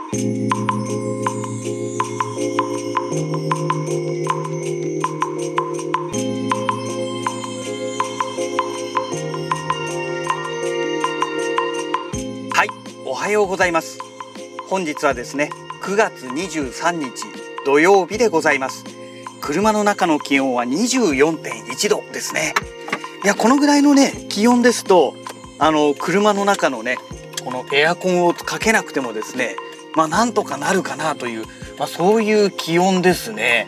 はい、おはようございます。本日はですね、9月23日土曜日でございます。車の中の気温は 24.1 度ですね。いや、このぐらいのね、気温ですと、車の中のね、このエアコンをかけなくてもですね、なんとかなるかなという、そういう気温ですね。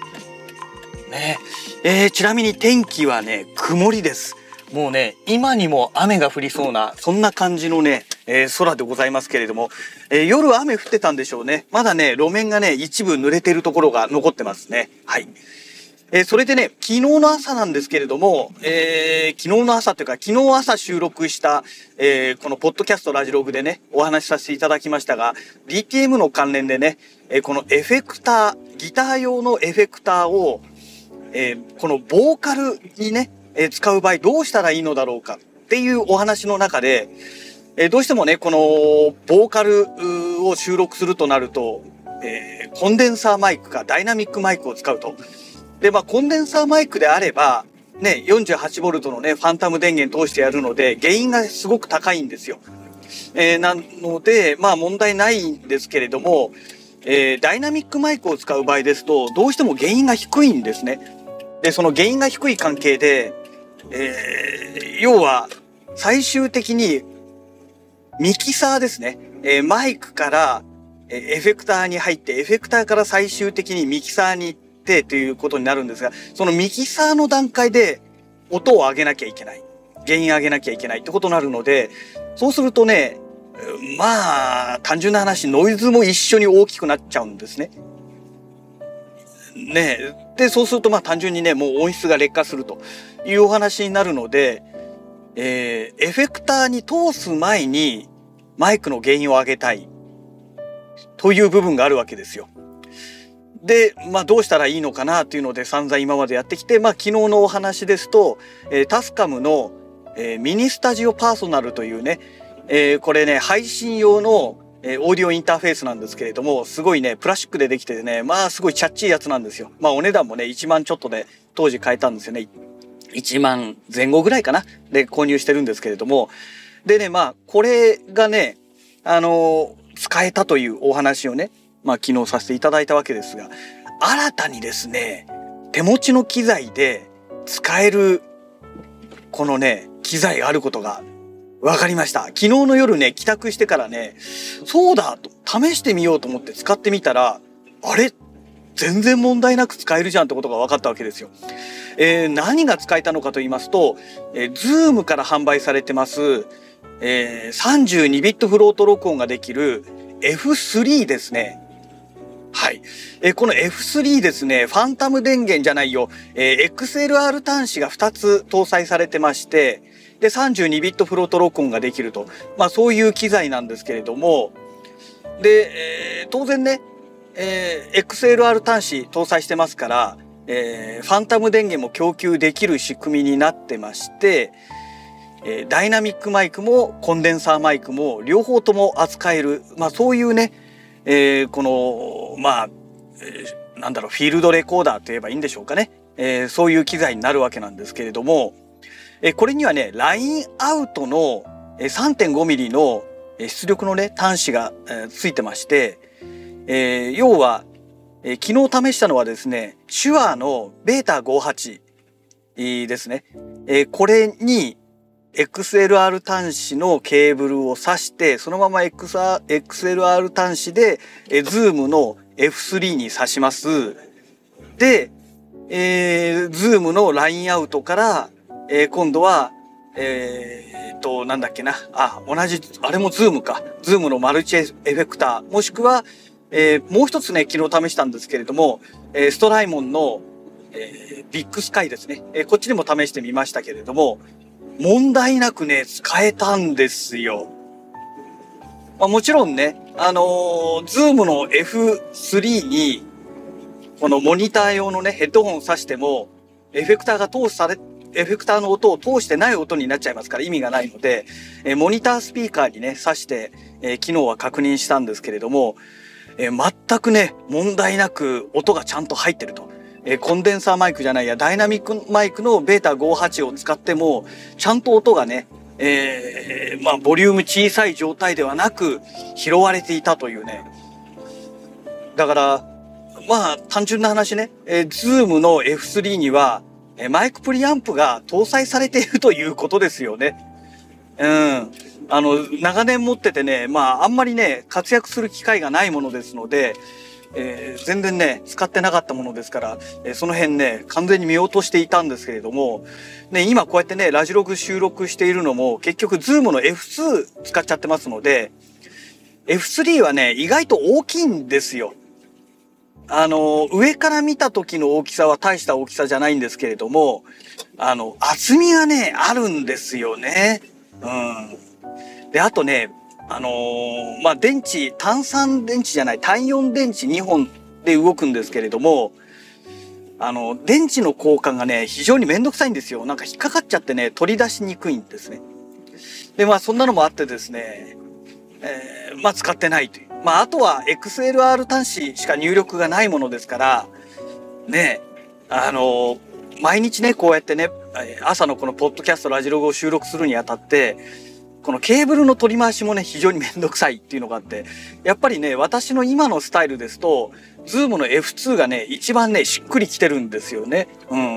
ちなみに天気はね、曇りです。もうね、今にも雨が降りそうな、そんな感じのね、空でございますけれども、夜雨降ってたんでしょうね。まだね、路面がね、一部濡れてるところが残ってますね。はい。それでね、昨日の朝なんですけれども、昨日の朝というか、昨日朝収録した、このポッドキャストラジログでね、お話しさせていただきましたが、DTM の関連でね、このエフェクター、ギター用のエフェクターを、このボーカルにね、使う場合どうしたらいいのだろうかっていうお話の中で、どうしてもね、このボーカルを収録するとなると、コンデンサーマイクかダイナミックマイクを使うと。で、コンデンサーマイクであれば、ね、48V のね、ファンタム電源通してやるので、ゲインがすごく高いんですよ。なので、問題ないんですけれども、ダイナミックマイクを使う場合ですと、どうしてもゲインが低いんですね。で、そのゲインが低い関係で、要は、最終的に、ミキサーですね。マイクから、エフェクターに入って、エフェクターから最終的にミキサーに行ってということになるんですが、そのミキサーの段階で音を上げなきゃいけない。ゲイン上げなきゃいけないってことになるので、そうするとね、単純な話、ノイズも一緒に大きくなっちゃうんですね。で、そうすると単純にね、もう音質が劣化するというお話になるので、エフェクターに通す前にマイクのゲインを上げたいという部分があるわけですよ。で、どうしたらいいのかなというので散々今までやってきて、昨日のお話ですと、タスカムの、ミニスタジオパーソナルというね、これね、配信用のオーディオインターフェースなんですけれども、すごいね、プラスチックでできてね、すごいチャッチーやつなんですよ。お値段もね、1万ちょっとで当時買えたんですよね。1万前後ぐらいかなで購入してるんですけれども。でね、これがね、使えたというお話をね、昨日させていただいたわけですが、新たにですね、手持ちの機材で使える、このね、機材があることが分かりました。昨日の夜ね、帰宅してからね、そうだと、試してみようと思って使ってみたら、あれ全然問題なく使えるじゃんってことが分かったわけですよ。何が使えたのかと言いますと、Zoom から販売されてます、32ビットフロート録音ができる F3 ですね。はい。この F3 ですね、ファンタム電源じゃないよ、XLR 端子が2つ搭載されてまして、で、32ビットフロート録音ができると。そういう機材なんですけれども、で、当然ね、XLR 端子搭載してますから、ファンタム電源も供給できる仕組みになってまして、ダイナミックマイクもコンデンサーマイクも両方とも扱える、そういうね、このフィールドレコーダーと言えばいいんでしょうかね、そういう機材になるわけなんですけれども、これにはね、ラインアウトの 3.5mm の出力のね端子がついてまして、要は昨日試したのはですね、手話のベータ58ですね。これに XLR 端子のケーブルを挿して、そのまま XLR 端子でZoom の F3 に挿します。で、Zoom のラインアウトから、今度はなんだっけな、同じあれもZoom か、Zoom のマルチエフェクター、もしくはもう一つね、昨日試したんですけれども、ストライモンの、ビッグスカイですね、こっちでも試してみましたけれども、問題なくね、使えたんですよ。もちろんね、Zoom の F3 に、このモニター用のね、ヘッドホンを挿しても、エフェクターの音を通してない音になっちゃいますから意味がないので、モニタースピーカーにね、挿して、機能は確認したんですけれども、 全くね問題なく音がちゃんと入ってると。コンデンサーマイクじゃないやダイナミックマイクのベータ58を使ってもちゃんと音がね、ボリューム小さい状態ではなく拾われていたというね。だから単純な話ね、Zoom の F3 にはマイクプリアンプが搭載されているということですよね。長年持っててね、あんまりね活躍する機会がないものですので、全然ね使ってなかったものですから、その辺ね完全に見落としていたんですけれども、ね、今こうやってねラジログ収録しているのも結局 Zoom の F2 使っちゃってますので、 F3 はね意外と大きいんですよ。上から見た時の大きさは大した大きさじゃないんですけれども、厚みがねあるんですよね。であとね電池単3電池じゃない単4電池2本で動くんですけれども、電池の交換がね非常にめんどくさいんですよ。なんか引っかかっちゃってね取り出しにくいんですね。でそんなのもあってですね、使ってないという。あとは XLR 端子しか入力がないものですからね、毎日ねこうやってね朝のこのポッドキャストラジログを収録するにあたってこのケーブルの取り回しもね非常にめんどくさいっていうのがあって、やっぱりね私の今のスタイルですと Zoom の F2 がね一番ねしっくりきてるんですよね。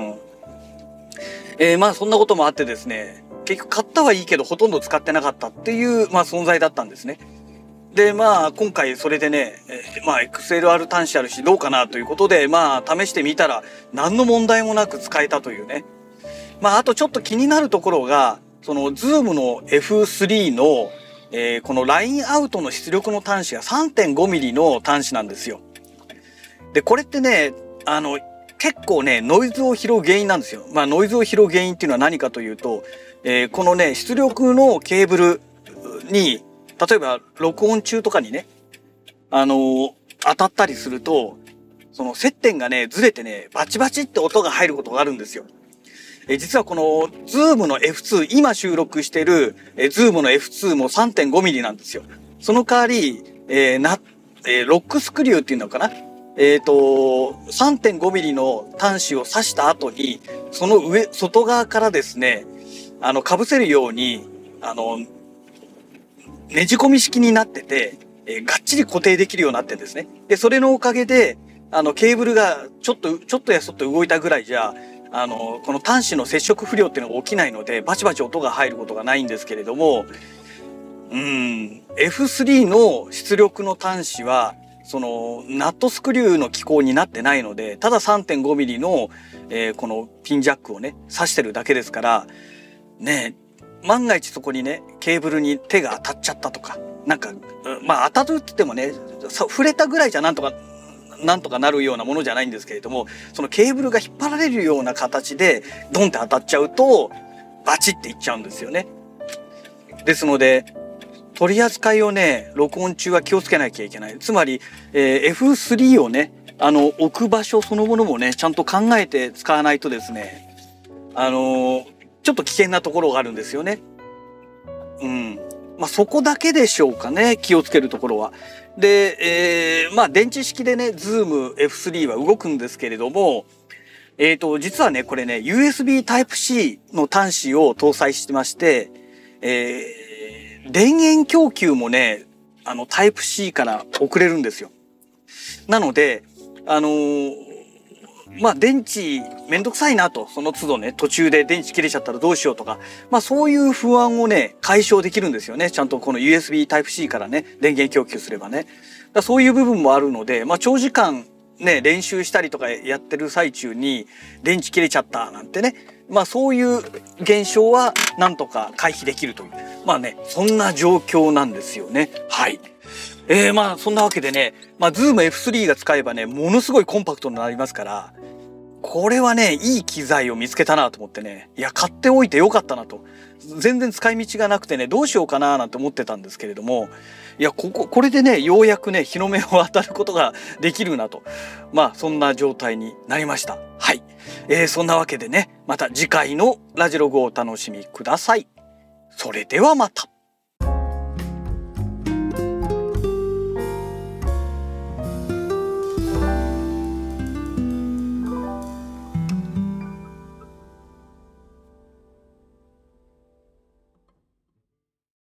そんなこともあってですね、結局買ったはいいけどほとんど使ってなかったっていう存在だったんですね。で今回それでね、XLR 端子あるしどうかなということで試してみたら何の問題もなく使えたというね。あとちょっと気になるところがその Zoom の F3 の、このラインアウトの出力の端子が 3.5mm の端子なんですよ。でこれってね結構ねノイズを拾う原因なんですよ。ノイズを拾う原因っていうのは何かというと、このね出力のケーブルに例えば録音中とかにね当たったりするとその接点がねずれてねバチバチって音が入ることがあるんですよ。実はこの Zoom の F2 今収録している Zoom の F2 も 3.5mm なんですよ。その代わり、ロックスクリューっていうのかな、3.5mm の端子を挿した後にその外側からですね被せるようにねじ込み式になってて、がっちり固定できるようになってるんですね。でそれのおかげでケーブルがちょっとやそっと動いたぐらいじゃこの端子の接触不良っていうのが起きないのでバチバチ音が入ることがないんですけれども、F3 の出力の端子はそのナットスクリューの機構になってないのでただ 3.5mm の、このピンジャックをね挿してるだけですからね、万が一そこにねケーブルに手が当たっちゃったとか当たるって言ってもね触れたぐらいじゃなんとかなるようなものじゃないんですけれども、そのケーブルが引っ張られるような形でドンって当たっちゃうとバチっていっちゃうんですよね。ですので取り扱いをね録音中は気をつけなきゃいけない。つまり、F3 をね置く場所そのものもねちゃんと考えて使わないとですねちょっと危険なところがあるんですよね。そこだけでしょうかね気をつけるところは。で、電池式でね Zoom F3 は動くんですけれども、実はねこれね USB Type-C の端子を搭載してまして、電源供給もねType-C から送れるんですよ。なので電池めんどくさいなとその都度ね途中で電池切れちゃったらどうしようとかそういう不安をね解消できるんですよね。ちゃんとこの USB Type-C からね電源供給すればね。そういう部分もあるので長時間ね練習したりとかやってる最中に電池切れちゃったなんてねそういう現象はなんとか回避できるというそんな状況なんですよね。はい。そんなわけでね、Zoom F3 が使えばねものすごいコンパクトになりますからこれはねいい機材を見つけたなと思ってね、買っておいてよかったなと。全然使い道がなくてねどうしようかななんて思ってたんですけれども、これでねようやくね日の目を当たることができるなとそんな状態になりました。はい、そんなわけでねまた次回のラジログをお楽しみください。それではまた。